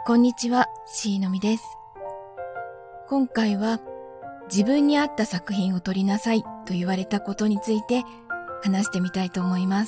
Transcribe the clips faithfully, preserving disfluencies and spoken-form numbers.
こんにちは、しーのみです。今回は自分に合った作品を撮りなさいと言われたことについて話してみたいと思います。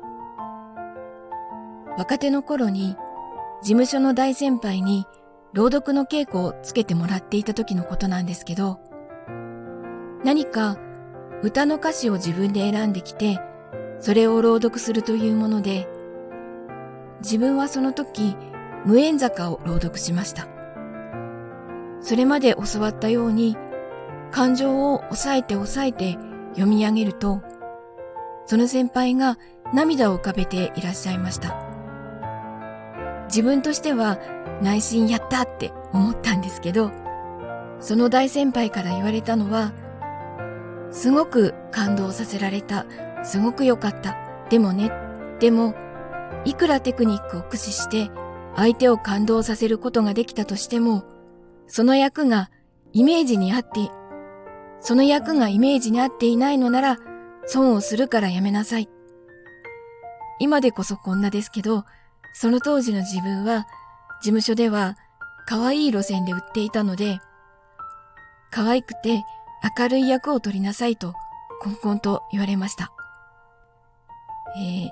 若手の頃に事務所の大先輩に朗読の稽古をつけてもらっていた時のことなんですけど、何か歌の歌詞を自分で選んできて、それを朗読するというもので、自分はその時、無縁坂を朗読しました。それまで教わったように、感情を抑えて抑えて読み上げると、その先輩が涙を浮かべていらっしゃいました。自分としては内心やったって思ったんですけど、その大先輩から言われたのは、すごく感動させられた、すごく良かった。でもね、でも、いくらテクニックを駆使して相手を感動させることができたとしても、その役がイメージに合って、その役がイメージに合っていないのなら損をするからやめなさい。今でこそこんなですけど、その当時の自分は事務所では可愛い路線で売っていたので、可愛くて明るい役を取りなさいとこんこんと言われました。えー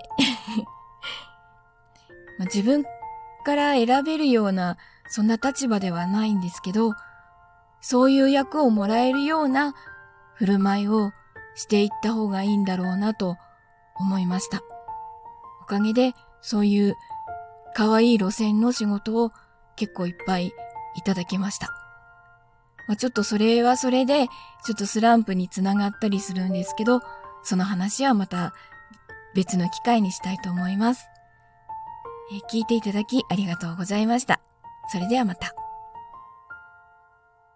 自分から選べるようなそんな立場ではないんですけど、そういう役をもらえるような振る舞いをしていった方がいいんだろうなと思いました。おかげでそういう可愛い路線の仕事を結構いっぱいいただきました。まあ、ちょっとそれはそれでちょっとスランプにつながったりするんですけど、その話はまた別の機会にしたいと思います。聞いていただきありがとうございました。それではまた。